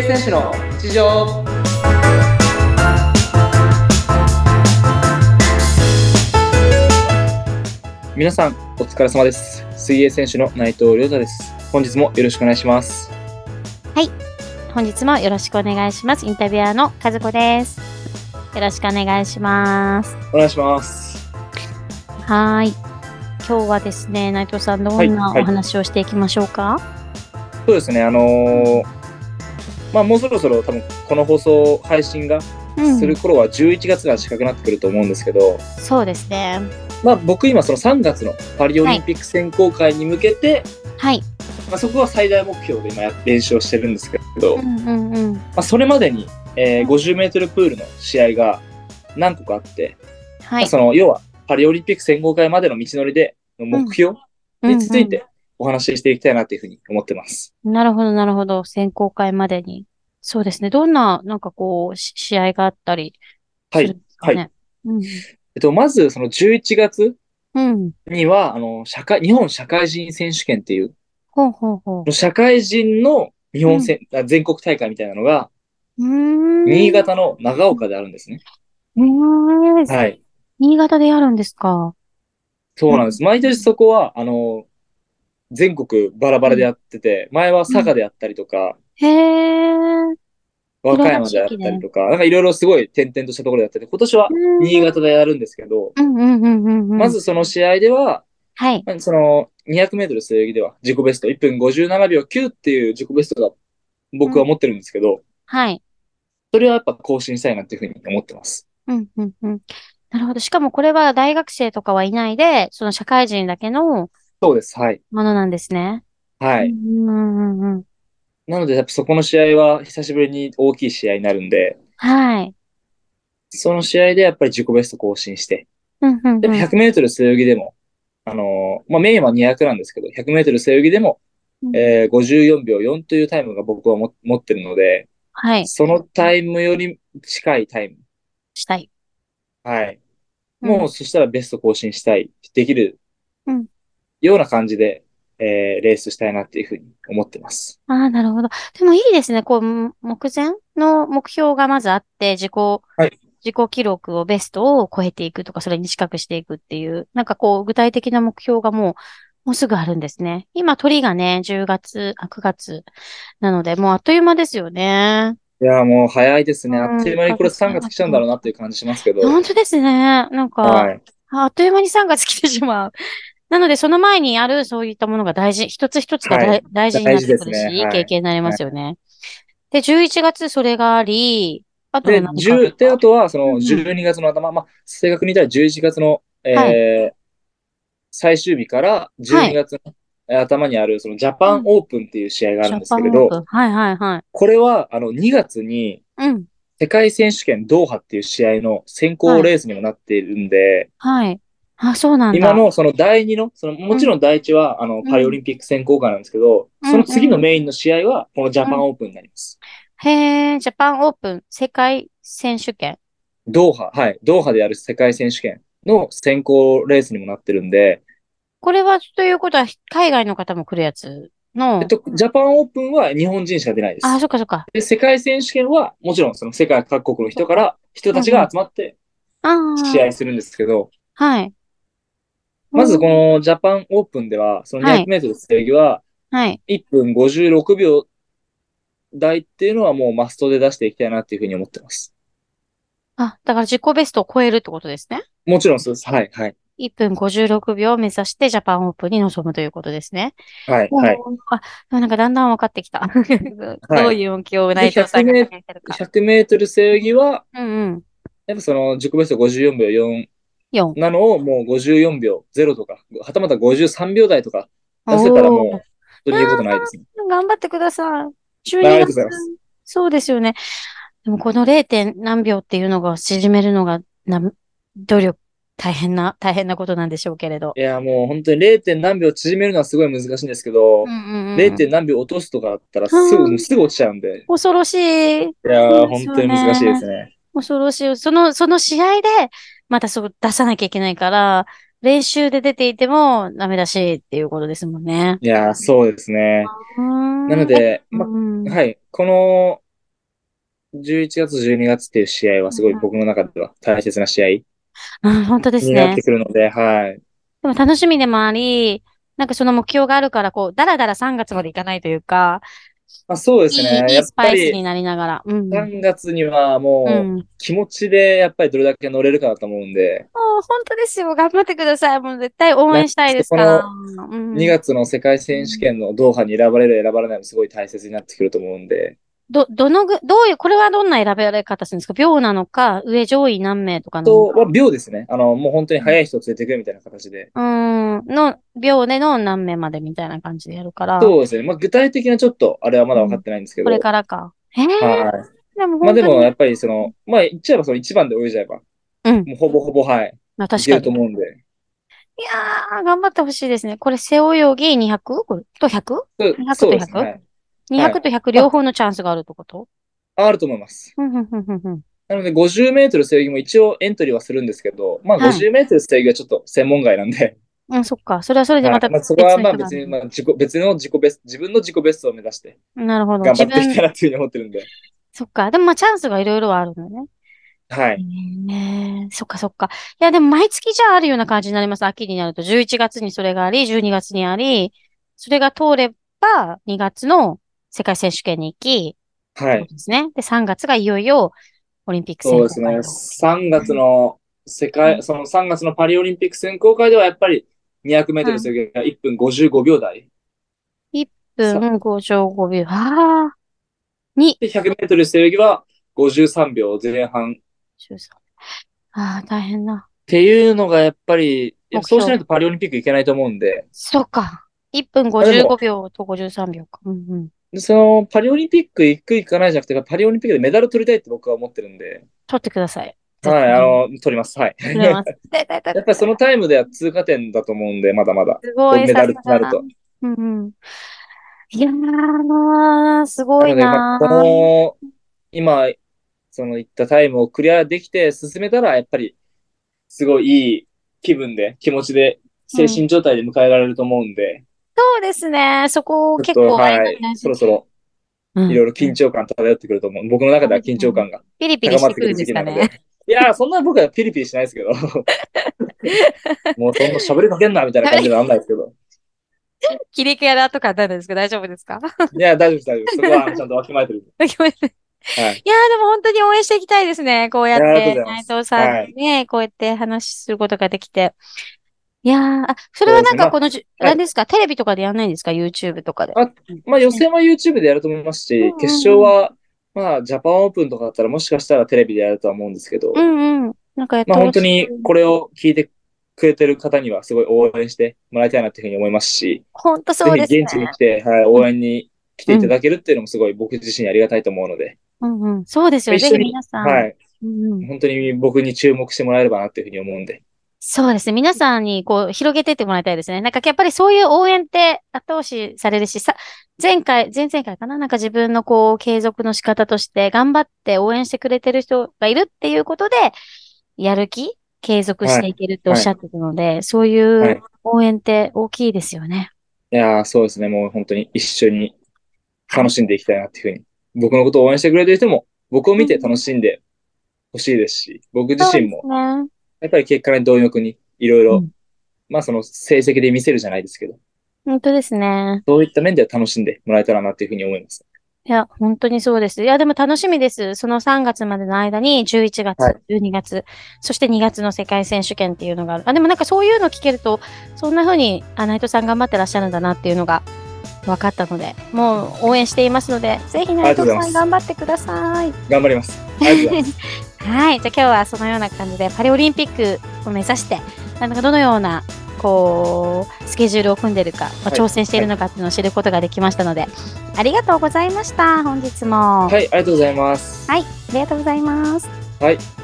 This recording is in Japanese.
選手の日常。皆さんお疲れ様です。水泳選手の内藤亮太です。本日もよろしくお願いします。 はい、本日もよろしくお願いします。インタビュアーの和子です。よろしくお願いします。 お願いします。 はい。今日はですね、内藤さん、どんなお話をしていきましょうか？ そうですね、もうそろそろ多分この放送配信がする頃は11月が近くなってくると思うんですけど、 そうですね。 僕今その3月のパリオリンピック選考会に向けて、 はい。 そこは最大目標で今練習をしてるんですけど、それまでに、50メートルプールの試合が何個かあって、 はい。 要はパリオリンピック選考会までの道のりでの目標についてお話ししていきたいなというふうに思ってます。 なるほど、なるほど。選考会までに。そうですね。どんな、試合があったりするんですかね。 まず、その11月には、日本社会人選手権っていう、社会人の全国大会みたいなのが、新潟の長岡であるんですね。 はい。新潟でやるんですか？ そうなんです。毎年そこは、全国バラバラでやってて、前は佐賀であったりとか、和歌山であったりとか、いろいろすごい点々としたところでやってて、今年は新潟でやるんですけど、まずその試合では、その200メートル背泳ぎでは自己ベスト1分57秒9っていう自己ベストが僕は持ってるんですけど、それはやっぱ更新したいなっていうふうに思ってます。 なるほど。しかもこれは大学生とかはいないで、その社会人だけのそうです。はい。 ものなんですね。 はい。なので、やっぱそこの試合は久しぶりに大きい試合になるんで、 はい。 その試合でやっぱり自己ベスト更新して、で100メートル背泳ぎでも、メインは200なんですけど、100メートル背泳ぎでも、54秒4というタイムが僕は持ってるので、そのタイムより近いタイム。 したい。 はい。もうそしたらベスト更新したい、できるような感じで、レースしたいなっていうふうに思ってます。 ああ、なるほど。でもいいですね。目前の目標がまずあって、自己記録をベストを超えていくとか、それに近くしていくっていう、具体的な目標がもうすぐあるんですね。今、鳥がね、10月、9月なので、もうあっという間ですよね。 いや、もう早いですね。あっという間にこれ3月来ちゃうんだろうなっていう感じしますけど。 本当ですね。 はい。 あっという間に3月来てしまう。なので、その前にあるそういったものが一つ一つがはい。 大事に大なってく事ですね。 るしいいはい。 経験になりまはい。 すよね。で、11月それがあり、あとは何かですで、 か？ あとは、その12月の頭、正確に言ったら11月の、 はい。 最終日から12 はい。 月の頭にある、そのジャパンオープンっていう試合があジャるんですけれど、 パンオープン。はいはいはい。 これは、2月に世界選手権ドーハっていう試合の選考レースにもなっているんで、 はい。あ、そうなんだ。 今のその第2の、もちろん第1はパリオリンピック選考会なんですけど、その次のメインの試合はこのジャパンオープンになります。 へえ、ジャパンオープン世界選手権。 ドーハ、はい、ドーハでやる世界選手権の選考レースにもなってるんで、 これは、ということは、海外の方も来るやつの、 ジャパンオープンは日本人しか出ないであ、 す。 そっかそっか。 で、世界選手権はもちろんその世界各国のそっか。 人たちが集まって試ああ、 合するんですけど、 はい。 まずこのジャパンオープンでは、その200 はい。 メートル背泳ぎははい。 1分56秒台っていうのはもうマストで出していきたいなっていうふうに思ってます。 あ、だから自己ベストを超えるってことですね。 もちろんそうです。はい、はい。 1分56秒を目指してジャパンオープンに臨むということですね。 はい、はい。 でもだんだん分かってきた。どうはい。 いう目標をで、 内藤さんが決めてるか。 100メートル背泳ぎは、 うん。 やっぱその自己ベスト54秒4 4。 なのをもう54秒0とか、はたまた53秒台とか出せたらもう、 おー。 本当に言うことないですね。 頑張ってください。12 ありがとう月、 ございます。 そうですよね。でもこの 0. 点何秒っていうのが縮めるのが、努力、大変なことなんでしょうけれど。 いや、もう本当に 0. 点何秒縮めるのはすごい難しいんですけど、0. 点何秒落とすとかだったらもうすぐ落ちちゃうんで。 恐ろしい。 いやー、 そうですよ本当に難しいですね。 ね。 恐ろしい。その試合で、またそう出さなきゃいけないから、練習で出ていてもダメだしっていうことですもんね。 いやー、そうですね。 うーん。 なので、 うん。 はい。この 11月、12月っていう試合はすごい僕の中では大切な試合本当ですね。 になってくるので、はい。 でも楽しみでもあり、なんかその目標があるから、こう、だらだら3月までいかないというか、 そうですね。 いいやっスパイスにぱりなりながら。うん。 3月にはもう気持ちでやっぱりどれだけ乗れるかだと思うんで、 もう本当ですよ。頑張ってください。もう絶対応援したいですから。 この2月の世界選手権のドーハに選ばれる選ばれないもすごい大切になってくると思うんで。 どういう、これはどんな選ばれ方するんですか？秒なのか、上位何名とかなのか。 秒ですね。もう本当に速い人を連れてくるみたいな形で。 秒での何名までみたいな感じでやるから。 そうですね。具体的なちょっと、あれはまだ分かってないんですけこれど。 からか。 はい。 でも本当に。 でもやっぱり言っちゃえばその1番で泳いじゃえば、もうほぼほぼ、はい。 まあ確かに。 いけると思うんで。 いやー、頑張ってほしいですね。これ背泳ぎ 200？ これと 100？200 とそうですね。は 100？ い。は 200 い。 と100両方のチャンスがあるってこと？ あると思います。なので、50メートル背泳ぎも一応エントリーはするんですけど、50メートル背泳ぎはちょっと専門外なんで。 そっか。それはそれでまたそこは別の人が。 別に、別の自己ベスト、自分の自己ベストを目指して、 なるほど。 頑張っていきたいなというふうに思ってるんで。 そっか。でもチャンスがいろいろあるのね。 はい。 そっかそっか。いや、でも毎月じゃあるような感じになります。秋になると。11月にそれがあり、12月にあり、それが通れば、2月の世界選手権に行き、 はい。 ですね。で、3月がいよいよオリンピック選そうですね。 考会と。 3月のその3月のパリオリンピック選考会ではやっぱり200メートル背泳ぎが1分55秒台。 1分55秒。に。 で、100メートル背泳ぎは53秒前半。 大変だ。 っていうのがやっぱり、そうしない目標。 とパリオリンピックいけないと思うんで。 そうか。1分55秒と53秒か。 そのパリオリンピック行く行かないじゃなくて、パリオリンピックでメダル取りたいって僕は思ってるんで。 取ってください。 はい、取ります。はい。 取れます。 やっぱりそのタイムでは通過点だと思うんで、まだまだ。 すごい、 メダルとなると。 いやー、すごいなので、 な今、そのいったタイムをクリアできて進めたら、やっぱり、すごいいい気分で、気持ちで、精神状態で迎えられると思うんで。 そうですね。そこ結ちょっと、 構あれなんはい、 です。 そろそろ、いろいろ緊張感漂ってくると思う。僕の中では緊張感がピリピリ高まってくるしてくるんですかね。 時期なので。いやー、そんな僕はピリピリしないですけど。もうそんな喋りかけんな、みたいな感じにはなんないですけど。 キリキャラとかなんですか？大丈夫ですか？ いや、大丈夫です、大丈夫です。そこはちゃんとわきまえてる。はい。 いやー、でも本当に応援していきたいですね。こうやいや、ありがとうって、 ございます。 内藤さんはい。 ね、こうやって話することができて。いやー、それはそうですね。 なんかこのあはい。 れですか？テレビとかでやんないんですか？ YouTube とかで。 予選は YouTube でやると思いますし、決勝は、ジャパンオープンとかだったらもしかしたらテレビでやるとは思うんですけど、 なんかやってほしい。 本当にこれを聞いてくれてる方にはすごい応援してもらいたいなっていうふうに思いますし、 本当そうですね。 ぜひ現地に来て、はい、応援に来ていただけるっていうのもすごい僕自身ありがたいと思うので、 そうですよ。ぜひ一緒に、 皆さん。 はい、本当に僕に注目してもらえればなっていうふうに思うんで。 そうですね。皆さんにこう広げてってもらいたいですね。なんかやっぱりそういう応援って後押しされるし、前々回かな、なんか自分のこう継続の仕方として頑張って応援してくれてる人がいるっていうことで、やる気継続しはい。 ていけるっておっはい。 しゃってたので、そういうはい。 応援って大きいですよね。 いやー、そうですね。もう本当に一緒にはい。 楽しんでいきたいなっていうふうに。僕のことを応援してくれてる人も、僕を見て楽うん、 しんでほしいですし、僕自そうです身も、 ね。 やっぱり結果に貪欲に、いろいろ、 うん。 その成績で見せるじゃないですけど、 本当ですね。 そういった面では楽しんでもらえたらなっていうふうに思います。 いや、本当にそうです。いや、でも楽しみです。その3月までの間に11月、 はい。 12月、そして2月の世界選手権っていうのがある。でもなんかそういうの聞けると、そんな風に、内藤さん頑張ってらっしゃるんだなっていうのが分かったので、もう応援していますので、ぜひありが内藤さんとうございます。 頑張ってください。 頑張ります。ありがとうございます。 はい。じゃあ今日はそのような感じで、パリオリンピックを目指して、なんかどのような、こう、スケジュールを組んでいるか、 はい。 挑戦していはい。 るのかっていうのを知ることができましたので、ありがとうございました。本日も。 はい、ありがとうございます。 はい。ありがとうございます。 はい。